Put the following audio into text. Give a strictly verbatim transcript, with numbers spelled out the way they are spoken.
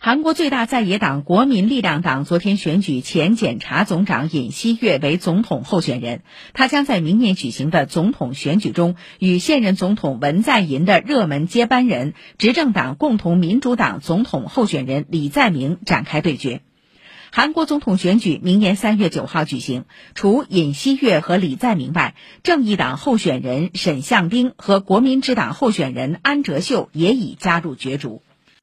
韩国最大在野党国民力量党昨天选举前检察总长尹锡悦为总统候选人，他将在明年举行的总统选举中与现任总统文在寅的热门接班人、执政党共同民主党总统候选人李在明展开对决。韩国总统选举明年三月九号举行，除尹锡悦和李在明外，正义党候选人沈相丁和国民之党候选人安哲秀也已加入角逐。